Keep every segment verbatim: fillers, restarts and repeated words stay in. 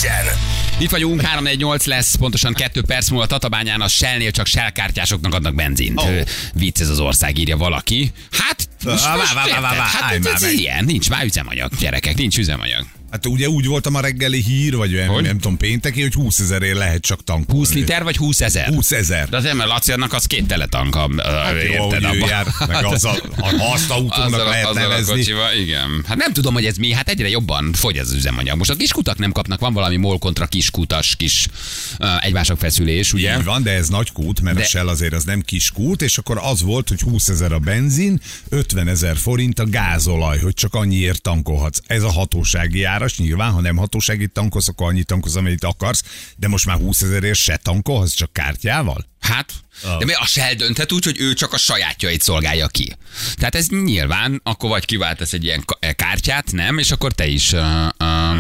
Itt vagyunk, három négy nyolc lesz, pontosan kettő perc múlva Tatabányán a Shell-nél csak Shell kártyásoknak adnak benzint. Oh. Vicc ez az ország, írja valaki. Hát, most, Vá, most vá, vá, vá, vá, hát állj ez, már ez meg. ilyen, nincs már üzemanyag, gyerekek, nincs üzemanyag. Hát ugye úgy voltam a reggeli hír, vagy nem, Hogy? nem tudom, pénteki, hogy húszezerért lehet csak tankolni. húsz liter vagy húszezer? húszezer. De azért, mert Laci annak az két teletank, hát Jó, hogy ő jár, meg az a, a hasztautónak lehet azzal a nevezni. kocsival, igen. Hát nem tudom, hogy ez mi, hát egyre jobban fogy ez az üzemanyag. Most a kiskutak nem kapnak, van valami MOL kontra kiskutas kis uh, egymások feszülés, ugye? Így van, de ez nagy kút, mert De- a Shell azért az nem kis kút, és akkor az volt, hogy húszezer a benzin, ötvenezer forint a gázolaj, hogy csak annyiért tankolhatsz. Ez a hatósági áras, nyilván, ha nem hatósági tankolsz, akkor annyit tankolsz, amennyit akarsz, de most már húszezerért se tankolhatsz, csak kártyával? Hát, de mi a Shell dönthet úgy, hogy ő csak a sajátjait szolgálja ki. Tehát ez nyilván, akkor vagy kiváltasz egy ilyen ka- kártyát, nem, és akkor te is... Uh, uh,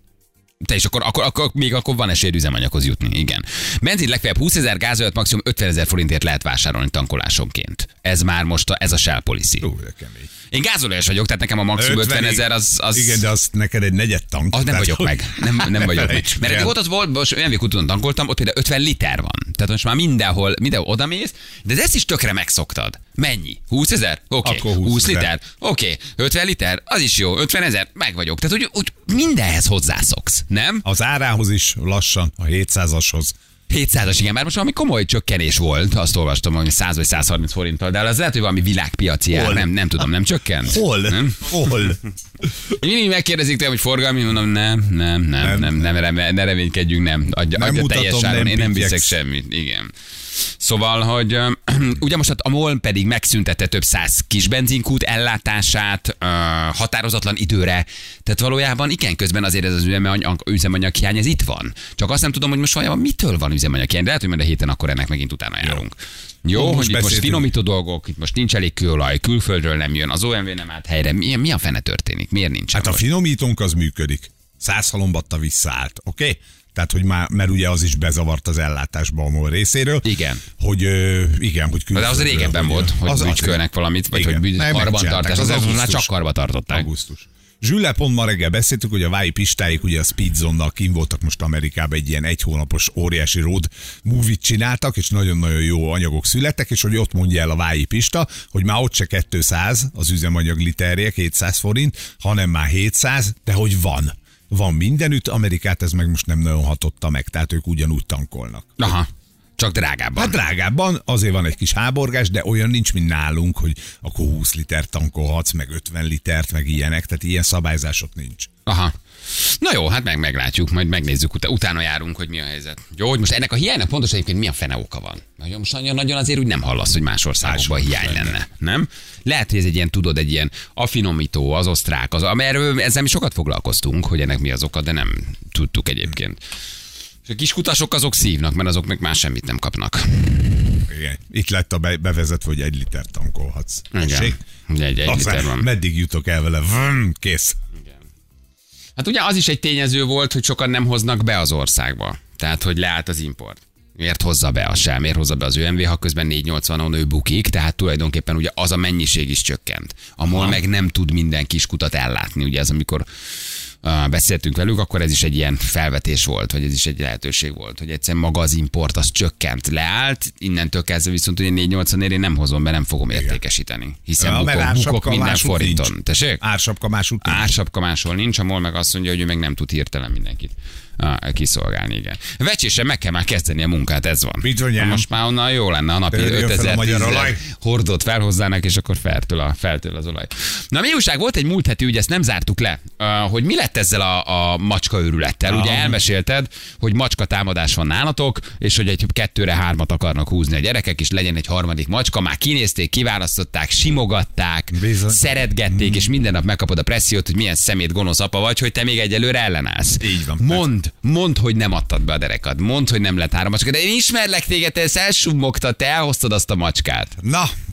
te is akkor, akkor, akkor, még akkor van esélyed üzemanyaghoz jutni, igen. Benzin legfeljebb húszezer, gázolajat maximum ötvenezer forintért lehet vásárolni tankolásonként. Ez már most a, ez a Shell policy. Ú, de kemény. Én gázolajos vagyok, tehát nekem a maximum ötvenezer az, az... Igen, de az neked egy negyed tank. Az nem tehát- vagyok meg. Nem, nem vagyok meg. Felejtsd Mert el. eddig ott az volt, most olyan végúton tankoltam, ott például ötven liter van. Tehát most már mindenhol, mindenhol odamész, de ezt is tökre megszoktad. Mennyi? húszezer? Oké. Akkor Okay. húsz húszezer. liter? Oké. Okay. ötven liter? Az is jó. ötvenezer? Meg vagyok. Tehát úgy, úgy mindenhez hozzászoksz, nem? Az árához is lassan, a hétszázashoz. hétszázas, igen, már most valami komoly csökkenés volt, azt olvastam, hogy száz vagy száz harminc forinttal, de az lehet, hogy valami világpiaci ár, Hol? nem, nem tudom, nem csökkent? Hol? Nem? Hol? Mindig megkérdezik tőlem, hogy forgalmi, mondom, nem, nem, nem, nem, nem, nem, nem ne reménykedjünk, nem. Adja, Nem adja mutatom, teljes áron, nem én nem viszek pityegsz. semmit, igen. Szóval, hogy ö, ugye most a MOL pedig megszüntette több száz kis benzinkút ellátását ö, határozatlan időre. Tehát valójában igen, közben azért ez az üzemanyag, üzemanyag hiány, ez itt van. Csak azt nem tudom, hogy most valójában mitől van üzemanyag hiány. De lehet, hogy majd a héten akkor ennek megint utána járunk. Jó, Most hogy itt most beszéltünk. finomító dolgok, itt most nincs elég kőolaj, külföldről nem jön, az o em vé nem állt helyre. Mi, mi a fene történik? Miért nincs? Hát a finomítónk az működik. Száz halombatta visszaállt, oké? Okay? Tehát, hogy már, mert ugye az is bezavart az ellátásba a MOL részéről. Igen. Hogy ö, igen, hogy De az külföldről, régebben volt, hogy az- az- bűcskölnek valamit, vagy igen. hogy bűn- Nem, karbantartás, az, megcsinálták, az már augusztus. csak karba tartották. Augusztus. Zsülle, pont ma reggel beszéltük, hogy a Vái Pistáik ugye a Speedzone-nal kim voltak most Amerikában, egy ilyen egy hónapos óriási road movie-t csináltak, és nagyon-nagyon jó anyagok születtek, és hogy ott mondja el a Vái Pista, hogy már ott se kétszáz az üzemanyag literje, kétszáz forint, hanem már hétszáz, de hogy van. Van mindenütt, Amerikát ez meg most nem nagyon hatotta meg, tehát ők ugyanúgy tankolnak. Aha, csak drágábban. Hát drágábban, azért van egy kis háborgás, de olyan nincs, mint nálunk, hogy akkor húsz liter tankolhatsz, meg ötven litert, meg ilyenek, tehát ilyen szabályzások nincs. Aha. Na jó, hát meg meglátjuk, majd megnézzük, ut- utána járunk, hogy mi a helyzet. Jó, hogy most ennek a hiánynak pontosan egyébként mi a fene oka van? Nagyon, most nagyon, nagyon azért úgy nem hallasz, hogy más országokban Máshol hiány lenne. lenne, nem? Lehet, hogy ez egy ilyen, tudod, egy ilyen a finomító, az osztrák, az, erről ezzel mi sokat foglalkoztunk, hogy ennek mi az oka, de nem tudtuk egyébként. És a kiskutasok azok szívnak, mert azok meg más semmit nem kapnak. Igen. Itt lett a be- bevezetve, hogy egy liter tankolhatsz. Igen. Tessék? Ugye egy, egy Aztán liter van. meddig jutok el vele? Vrm, kész. Hát ugye az is egy tényező volt, hogy sokan nem hoznak be az országba. Tehát, hogy leállt az import. Miért hozza be a Shell, miért hozza be az o em vé, ha közben négy nyolcvanon ő bukik, tehát tulajdonképpen ugye az a mennyiség is csökkent. A MOL meg nem tud minden kis kutat ellátni, ugye ez amikor uh, beszéltünk velük, akkor ez is egy ilyen felvetés volt, vagy ez is egy lehetőség volt, hogy egyszerűen maga az import az csökkent, leállt, innentől kezdve viszont ugye négy nyolcvanért én nem hozom be, nem fogom értékesíteni, hiszen Ja, mert bukok, bukok ársapka minden másút forinton. nincs. Tessék? Ársapka másút nincs. Ársapka máshol nincs, a MOL meg azt mondja, hogy ő meg nem tud hirtelen mindenkit ah, kiszolgálni, igen. Vecsésen meg kell már kezdeni a munkát, ez van. Bizonyám. Most már onnan jó lenne a napi Jön fel a ötezer magyar olaj. hordót felhozzának, és akkor feltől, a, feltől az olaj. Na mi újság, volt egy múlt heti ügy, ezt nem zártuk le, uh, hogy mi lett ezzel a, a macska őrülettel. Ugye elmesélted, hogy macska támadás van nálatok, és hogy egy kettőre hármat akarnak húzni a gyerekek, és legyen egy harmadik macska, már kinézték, kiválasztották, simogatták, Bizony. szeretgették, és minden nap megkapod a pressziót, hogy milyen szemét gonosz apa vagy, hogy te még egyelőre ellenállsz. Így van. Mondd, mondd, hogy nem adtad be a derekad. Mondd, hogy nem lett három macska. De én ismerlek téged, te ezt elsummogtad, te elhoztad azt a macskát. Na,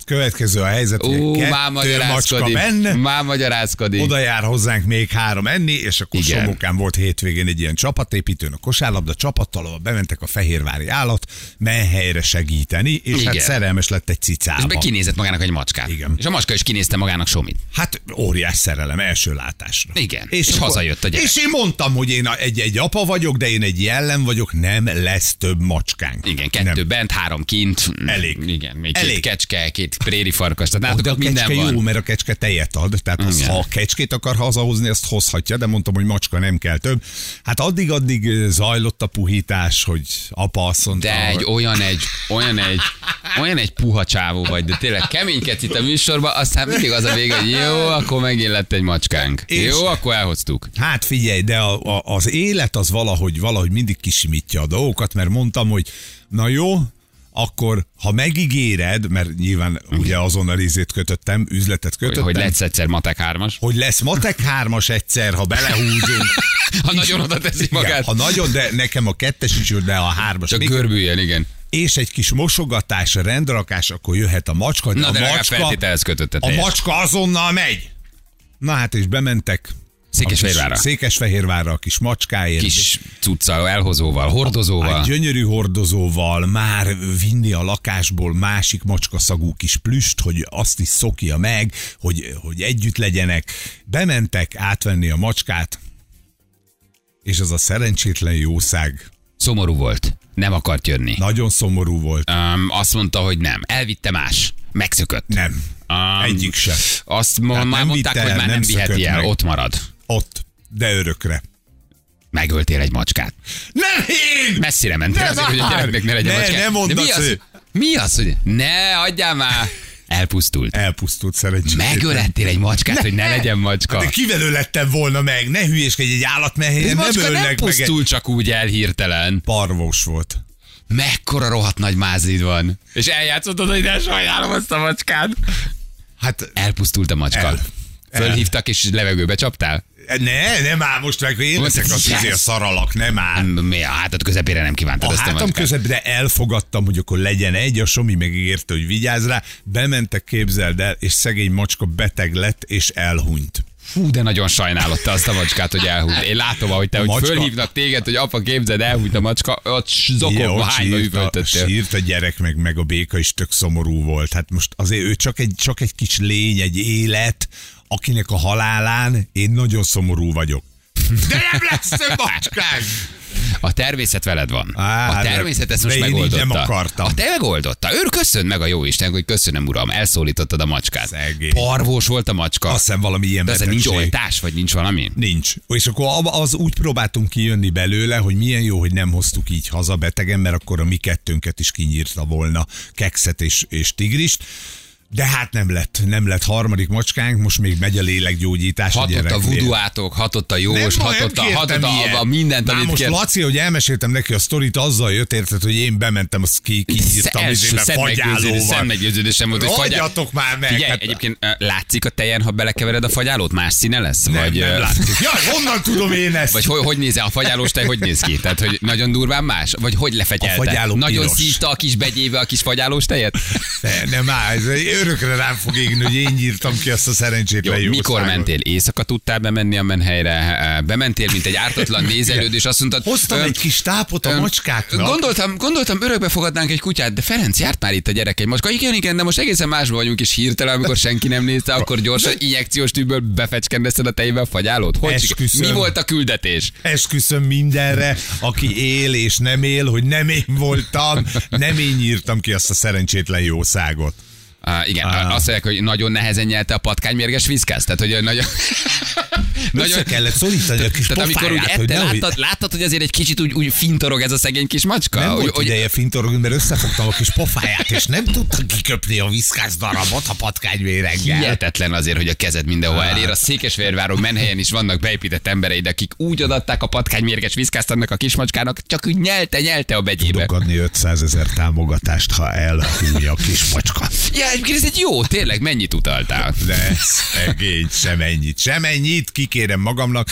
következő a helyzet, Ó, hogy már kettő macska magyarázkodik. benne, Már magyarázkodik. oda jár hozzánk még három enni, és akkor Igen. Somogán volt hétvégén egy ilyen csapatépítőn, a kosárlabda csapattal, ahol bementek a fehérvári állat menhelyre segíteni, és Igen. hát szerelmes lett egy És cicába. be kinézett magának egy macskát. Igen. És a macska is kinézte magának Somit. Hát óriás szerelem első látásra. Igen. És hazajött a gyerek. És én mondtam, hogy én egy, egy apa vagyok, de én egy jellem vagyok, nem lesz több macskánk. Igen, kettő nem. bent, három kint. Elég. Igen, még Elég. két kecske, két préri farkas. Tehát De nálatok a minden kecske van. jó, mert a kecske tejet ad, tehát az, Igen. ha a kecskét akar hazahozni, azt hozhatja, de mondtam, hogy macska nem kell több. Hát addig-addig zajlott a puhítás, hogy apa azt mondta, De egy hogy- olyan egy, olyan egy, olyan egy puha csávó vagy, de tényleg keménykedsz itt a műsorban, aztán mindig az a vége, hogy jó, akkor megint lett egy macskánk. És- Jó, akkor elhoztuk. Hát figyelj, de a, a, az élet az valahogy, valahogy mindig kisimítja a dolgokat, mert mondtam, hogy na jó, akkor ha megígéred, mert nyilván ugye azonnal izét kötöttem, üzletet Hogy, kötöttem, hogy lesz egyszer matek hármas. hogy lesz matek hármas egyszer, ha belehúzunk. Ha nagyon oda teszi Igen, magát. ha nagyon, de nekem a kettes is jó, de a hármas. Csak még- görbüljön, igen. és egy kis mosogatás, rendrakás, akkor jöhet a macska, de Na a de legalább macska, feltételhez kötötte a teljes. macska azonnal megy. Na hát és bementek. Székesfehérvárra. A kis- Székesfehérvárra a kis macskáért. Kis cuccal, elhozóval, hordozóval. Egy gyönyörű hordozóval már vinni a lakásból másik macskaszagú kis plüst, hogy azt is szokja meg, hogy, hogy együtt legyenek. Bementek átvenni a macskát, és az a szerencsétlen jószág Szomorú volt. Nem akart jönni. nagyon szomorú volt. Um, azt mondta, hogy nem. Elvitte más. Megszökött. Nem, Um, egyik sem. Azt ma, Hát már nem mondták, vitte hogy el, már nem nem viheti szökött el. meg. Ott marad. Ott, de örökre. Megöltél egy macskát. Nem én! Messzire mentél Ne azért, hogy a várj! gyereknek ne legyen Ne, macskát. ne mondd De mi azt, az, hogy- mi az, hogy ne, adjál már. Elpusztult. Elpusztult szerencsére. Megölettél egy macskát, hogy ne legyen macska. De kivel ölettem volna meg? Ne hülyéskedj, egy állatmehelyen Ez nem macska nem ölnek meg. Egy... pusztul csak úgy el hirtelen. Parvós volt. Mekkora rohadt nagy mázlid van. És eljátszottad, hogy de sajnálom azt a macskát. Hát Elpusztult a macska. El. El. Fölhívtak és levegőbe csaptál? ne, nem áll most meg, én Most leszek az yes. izé a szaralak, nem áll. Mi a hátad közepére nem kívántad A ezt a hátam macskát? közepére elfogadtam, hogy akkor legyen egy, a Somi megígérte, hogy vigyázz rá, bementek, képzeld el, és szegény macska beteg lett, és elhunyt. Fú, de nagyon sajnálod te azt a macskát, hogy elhúnyt. Én látom, ahogy te, hogy macska- fölhívnak téged, hogy apa képzeld, elhúnyt a macska, ott Igen, zokogva ott hányba sírt a, üvöltöttél. sírt a gyerek, meg, meg a béka is tök szomorú volt. Hát most azért ő csak egy, csak egy kis lény, egy élet, akinek a halálán én nagyon szomorú vagyok. De nem lesz több macskánk! A természet veled van. Á, A de- természet ezt de most én így megoldotta. nem akartam. A te megoldotta. Ő köszönd meg a jó Isten, hogy köszönöm, uram, elszólítottad a macskát. Szegény. Parvós volt a macska. Azt hiszem valami ilyen De ezzel nincs betegség. oltás, vagy nincs valami? Nincs. És akkor az úgy próbáltunk kijönni belőle, hogy milyen jó, hogy nem hoztuk így haza betegen, mert akkor a mi kettőnket is kinyírta volna kekszet és, és tigrist. De hát nem lett, nem lett harmadik macskánk, most még megy a lélekgyógyítás. Hatott a gyereknél. vuduátok, hatott a jós, Nem, hatott a, nem hatott kértem a, ilyet. a mindent, Már amit most kért. Laci, hogy elmeséltem neki a sztorit, azzal jött, érted, hogy én bementem, azt ki, kinyírtam, Első izébe szent meggyőződés, szent fagyálóval. meggyőződésem volt, hogy fagyál... Hagyjatok már meg! Figyelj, hát- egyébként ö, látszik a tejen, ha belekevered a fagyálót? Más színe lesz? nem, vagy, nem ö, látszik. Jaj, honnan tudom én ezt? Vagy hogy, hogy néz el a fagyálós tej, hogy néz ki? Tehát, hogy nagyon durván más? Vagy hogy lefegyelte? A fagyáló Nagyon piros. szívta a kis begyébe a kis fagyálós tejet? Ne, nem áll, ez örökre rám fog égni, hogy én nyírtam ki azt a szerencsétlen Jó, mikor jószágot. mentél? Éjszaka tudtál bemenni a menhelyre? Bementél, mint egy ártatlan nézelőd, és azt mondtad... Hoztam ö, egy kis tápot a ö, macskáknak. Gondoltam, gondoltam, örökbe fogadnánk egy kutyát, de Ferenc, járt már itt a gyerek egy macska. Igen, igen, de most egészen másban vagyunk, és hirtelen, amikor senki nem nézte, akkor gyorsan injekciós tűből befecskendezted a tejébe a fagyálót. Hogy Esküszöm. mi volt a küldetés? Esküszöm mindenre, aki él és nem él, hogy nem én voltam, nem én nyírtam ki azt a szerencsétlen jószágot. Uh, igen, ah. azt mondják, hogy nagyon nehezen nyelte a patkánymérges viszkász, tehát hogy nagyon... Össze kellett szorítani a kis Tehát amikor úgy pofáját, hogy ette, nehogy- láttad, láttad, hogy azért egy kicsit úgy, úgy fintorog ez a szegény kis macska? Nem hogy, volt hogy, ideje fintorogni, mert összefogtam a kis pofáját, és nem tudtam kiköpni a viszkász darabot a patkányméreggel. Hihetetlen azért, hogy a kezed mindenhol elér. A Székesfehérváron menhelyen is vannak beépített embereid, akik úgy adatták a patkánymérges viszkászt annak a kismacskának, csak úgy nyelte, nyelte a begyébe. Tudok adni ötszázezer támogatást, ha elhúlja a kis macska. Ja, egyébként ez egy jó, tényleg, mennyit utaltál? De szegény, sem ennyit, sem ennyit, kikérem magamnak.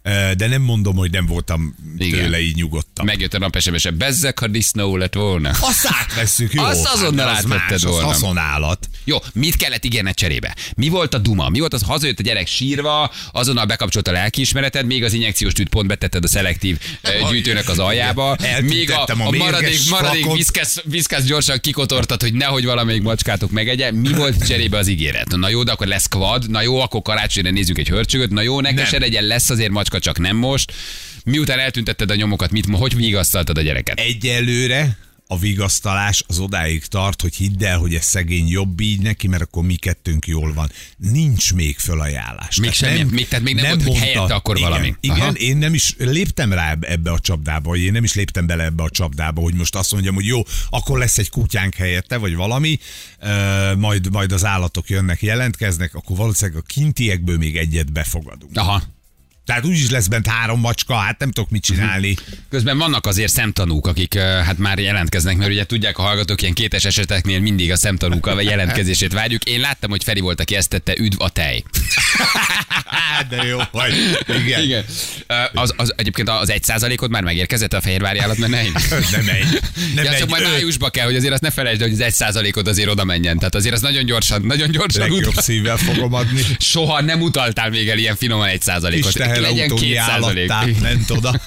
de nem mondom, hogy nem voltam Igen. tőle így nyugodtam. Megjött a nap es em es-e, bezzek, ha disznó lett volna. Azt átvesszük, jó. Azt azonnal hát, az átvetted más, volna. Az haszonállat. Jó, mit kellett ígérned cserébe? Mi volt a duma? Mi volt az, hazajött a gyerek sírva, azonnal bekapcsolt a lelkiismereted, még az injekciós tűt pont betetted a szelektív uh, gyűjtőnek az aljába, még a, a, a maradék, maradék viszkesz, viszkesz gyorsan kikotortad, hogy nehogy valamelyik macskátok megegye. Mi volt cserébe az ígéret? Na jó, de akkor lesz kvad, na jó, akkor karácsonyra nézzük egy hörcsögöt, na jó, neked se legyen, lesz azért macska, csak nem most. Miután eltüntetted a nyomokat, mit, hogy vigasztaltad a gyereket? Egyelőre a vigasztalás az odáig tart, hogy hidd el, hogy ez szegény jobb így neki, mert akkor mi kettőnk jól van. Nincs még fölajánlás. Még tehát semmi, nem, még, tehát még nem, nem volt, mondta, hogy helyette akkor igen, valami. Igen, Aha. én nem is léptem rá ebbe a csapdába, én nem is léptem bele ebbe a csapdába, hogy most azt mondjam, hogy jó, akkor lesz egy kutyánk helyette, vagy valami, uh, majd, majd az állatok jönnek, jelentkeznek, akkor valószínűleg a kintiekből még egyet befogadunk. Aha. Tehát úgyis lesz bent három macska, hát nem tudok mit csinálni. Közben vannak azért szemtanúk, akik uh, hát már jelentkeznek, mert ugye tudják a hallgatók, ilyen kétes eseteknél mindig a szemtanúk jelentkezését várjuk. Én láttam, hogy Feri volt, aki ezt tette, üdv a tej. De jó vagy. Igen. Igen. Uh, az, az, egyébként az egy százalékod már megérkezett a fehérvári állatmennein? Nem megy. Nem ja, megy. csak majd májusba kell, hogy azért azt ne felejtsd, hogy az egy százalékod azért oda menjen. Tehát azért az nagyon gyorsan, nagyon gyorsan Legjobb utal. szívvel fogom adni. Soha nem utaltál még el ilyen finoman egy százalékot. Legyen két százalék. Ment oda.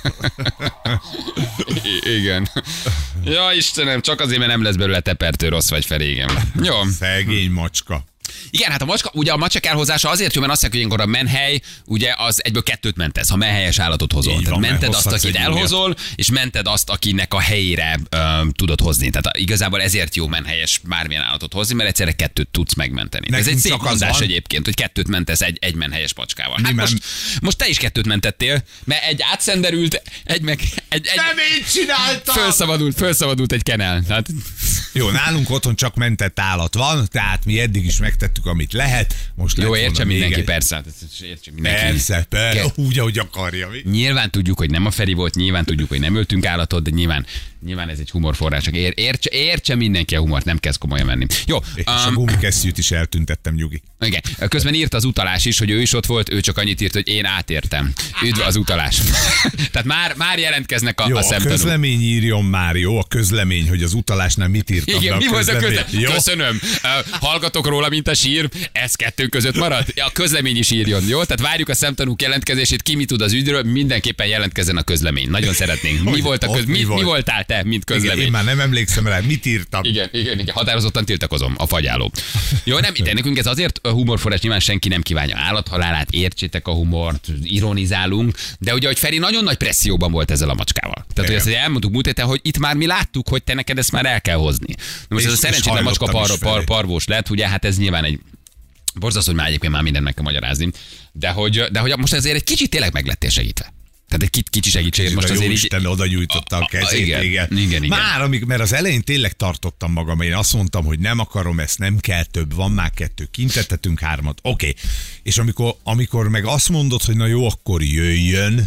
I- igen. Ja, Istenem, csak azért, mert nem lesz belőle tepertő, rossz vagy Feri, igen. Jó. Szegény macska. Igen, hát a macska, ugye a macska elhozása azért jó, mert azt mondják, hogy ilyenkor a menhely, ugye az egyből kettőt mentesz, ha menhelyes állatot hozol. Így Tehát van, mented mert azt, akit hozhatsz egy elhozol, és mented azt, akinek a helyére ö, tudod hozni. Tehát igazából ezért jó menhelyes bármilyen állatot hozni, mert egyszerre kettőt tudsz megmenteni. Nekünk Ez egy szép csak az mondás van. egyébként, hogy kettőt mentesz egy, egy menhelyes macskával. Hát Mi most, men- most te is kettőt mentettél, mert egy átszenderült, egy meg... Egy, egy, Nem én csináltam! Fölszabadult, fölszabadult egy kenel. Tehát... Jó, nálunk otthon csak mentett állat van, tehát mi eddig is megtettük, amit lehet. Most Jó, lett értse volna mindenki, még egy- persze. Hát ez- Értse mindenki. Persze, persze, Ke- úgy, ahogy akarja. Mi? Nyilván tudjuk, hogy nem a Feri volt, nyilván tudjuk, hogy nem öltünk állatot, de nyilván, nyilván ez egy humorforrás. Csak ér, értse, értse mindenki a humort, nem kezd komolyan venni. Jó, És a um, gumikesztyűt is eltüntettem, Nyugi. igen. Közben írt az utalás is, hogy ő is ott volt, ő csak annyit írt, hogy én átértem. Üdv az utalás. Tehát már, már jelentkeznek a, Jó, a a szemtanúk. közlemény írjon már, jó? A közlemény, hogy az utalásnál mit írtam Igen, be mi a volt a közlemény. közlemény? Jó? Köszönöm. Uh, hallgatok róla, mint a sír. Ez kettőnk között marad? A közlemény is írjon, jó? Tehát várjuk a szemtanúk jelentkezését, ki mi tud az ügyről, mindenképpen jelentkezzen a közlemény. Nagyon szeretnénk. Mi Hogy volt a ott köz... mi, mi mi, volt? voltál te, mint Igen, közlemény? én már nem emlékszem rá, mit írtam. Igen, igen, igen, határozottan tiltakozom, a fagyáló. Jó, nem, de nekünk ez azért a humorforrás, nyilván senki nem kívánja állathalálát, értsétek a humort, ironizálunk, de ugye, hogy Feri nagyon nagy presszióban volt ezzel a macskával. Tehát, hogy Igen. ezt elmondtuk múlt héten, hogy itt már mi láttuk, hogy te neked ezt már el kell hozni. Na most És- ez a és szerencsétlen macska hajlottam par, is par, felé. parvós lett, ugye, hát ez nyilván egy borzasztó, hogy már egyébként már mindent meg kell magyarázni, de hogy, de hogy most azért egy kicsit tényleg meg lettél segítve. Tehát egy kicsit kicsi segítség, most Most azért így... Isten oda nyújtotta a A- a- kezét. igen, igen. igen, igen. Már, amik, mert az elején tényleg tartottam magam, én azt mondtam, hogy nem akarom ezt, nem kell több, van már kettő, kintettetünk hármat, oké. Okay. És amikor, amikor meg azt mondod, hogy na jó, akkor jöjjön,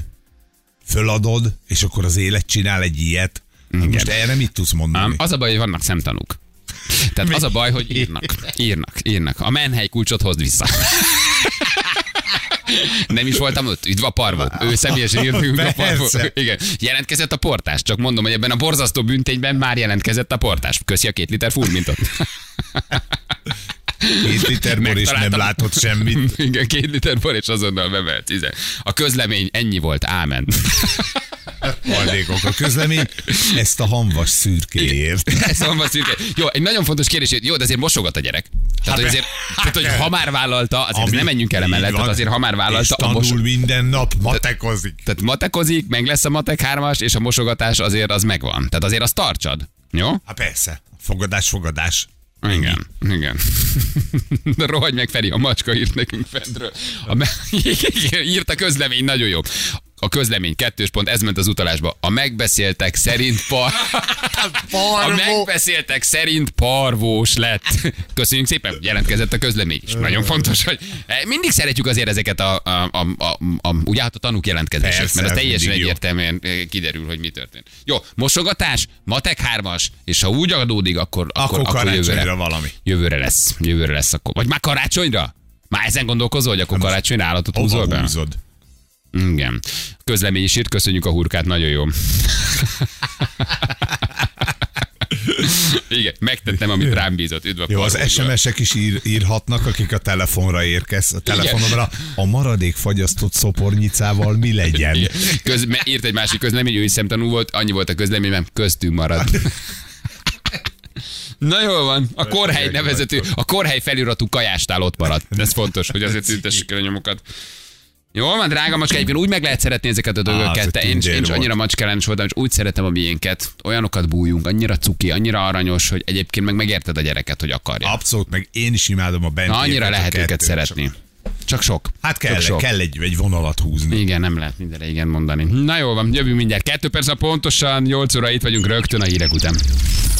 föladod, és akkor az élet csinál egy ilyet, hát most erre mit tudsz mondani? Ám az a baj, hogy vannak szemtanúk. Tehát az a baj, hogy írnak, írnak, írnak. A menhely kulcsot hozd vissza. Nem is voltam ott, üdv a parvó. Ő személyesen írt, üdv a parvó. Persze. Igen. Jelentkezett a portás, csak mondom, hogy ebben a borzasztó bűntényben már jelentkezett a portás. Köszi a két liter furmintot. Két liter bor és nem Megtaláltam. látott semmit. Igen, két liter bor és azonnal bevelt. Íze. A közlemény ennyi volt, ámen. Maradékok a közlemény, ezt a hamvas szürkéért. Ez van, van szürke. Jó, egy nagyon fontos kérdés, jó, de azért mosogat a gyerek. Tehát, hogy azért, tehát, hogy ha már vállalta, azért Ami- nem menjünk el emellett, így van. tehát azért ha már vállalta, És a tanul mos... minden nap, matekozik. Tehát matekozik, meg lesz a matek hármas, és a mosogatás azért az megvan. Tehát azért azt tartsad. Jó? Hát persze, fogadás, fogadás. Igen, igen. De rohagy meg, Feri, a macska írt nekünk fentről. A me- írt a közlemény, nagyon jó. A közlemény, kettős pont, ez ment az utalásba. A megbeszéltek szerint par... A megbeszéltek szerint parvós lett. Köszönjük szépen, jelentkezett a közlemény is. Nagyon fontos, hogy mindig szeretjük azért ezeket a, a, a, a, a ugye hát a tanúk jelentkezését, Persze, mert az ez teljesen mindig jó. egyértelműen kiderül, hogy mi történt. Jó, mosogatás, matek hármas, és ha úgy adódik, akkor, akkor, Akkor karácsonyra jövőre, valami. jövőre lesz. Jövőre lesz akkor. Vagy már karácsonyra? Már ezen gondolkozol, hogy akkor karácsonyra állatot húzol Hova be? húzod? Igen. Közlemény is írt, köszönjük a hurkát, nagyon jó. Igen, megtettem, amit rám bízott. Üdv a Jó, az es em es-ek is ír, írhatnak, akik a telefonra érkez, a telefonomra. A maradék fagyasztott szopornyicával mi legyen? Köz, írt egy másik közlemény, ő is szemtanú volt, annyi volt a közlemény, mert köztünk marad. Na jól van, a korhely nevezetű, a korhely feliratú kajástál ott maradt. Ez fontos, hogy azért tüntessük el a nyomokat. Jól van, drága macska, egyébként úgy meg lehet szeretni ezeket a dolgokat. Én, én is annyira macskellenes voltam, és úgy szeretem a miénket. Olyanokat bújunk, annyira cuki, annyira aranyos, hogy egyébként meg megérted a gyereket, hogy akarja. Abszolút, meg én is imádom a bent. Na, annyira lehet őket szeretni. Csak sok. Hát kell, sok. kell egy, egy vonalat húzni. Igen, nem lehet mindenre igen mondani. Na jól van, jövünk mindjárt. Kettő perc a pontosan, nyolc óra itt vagyunk rögtön a hírek után.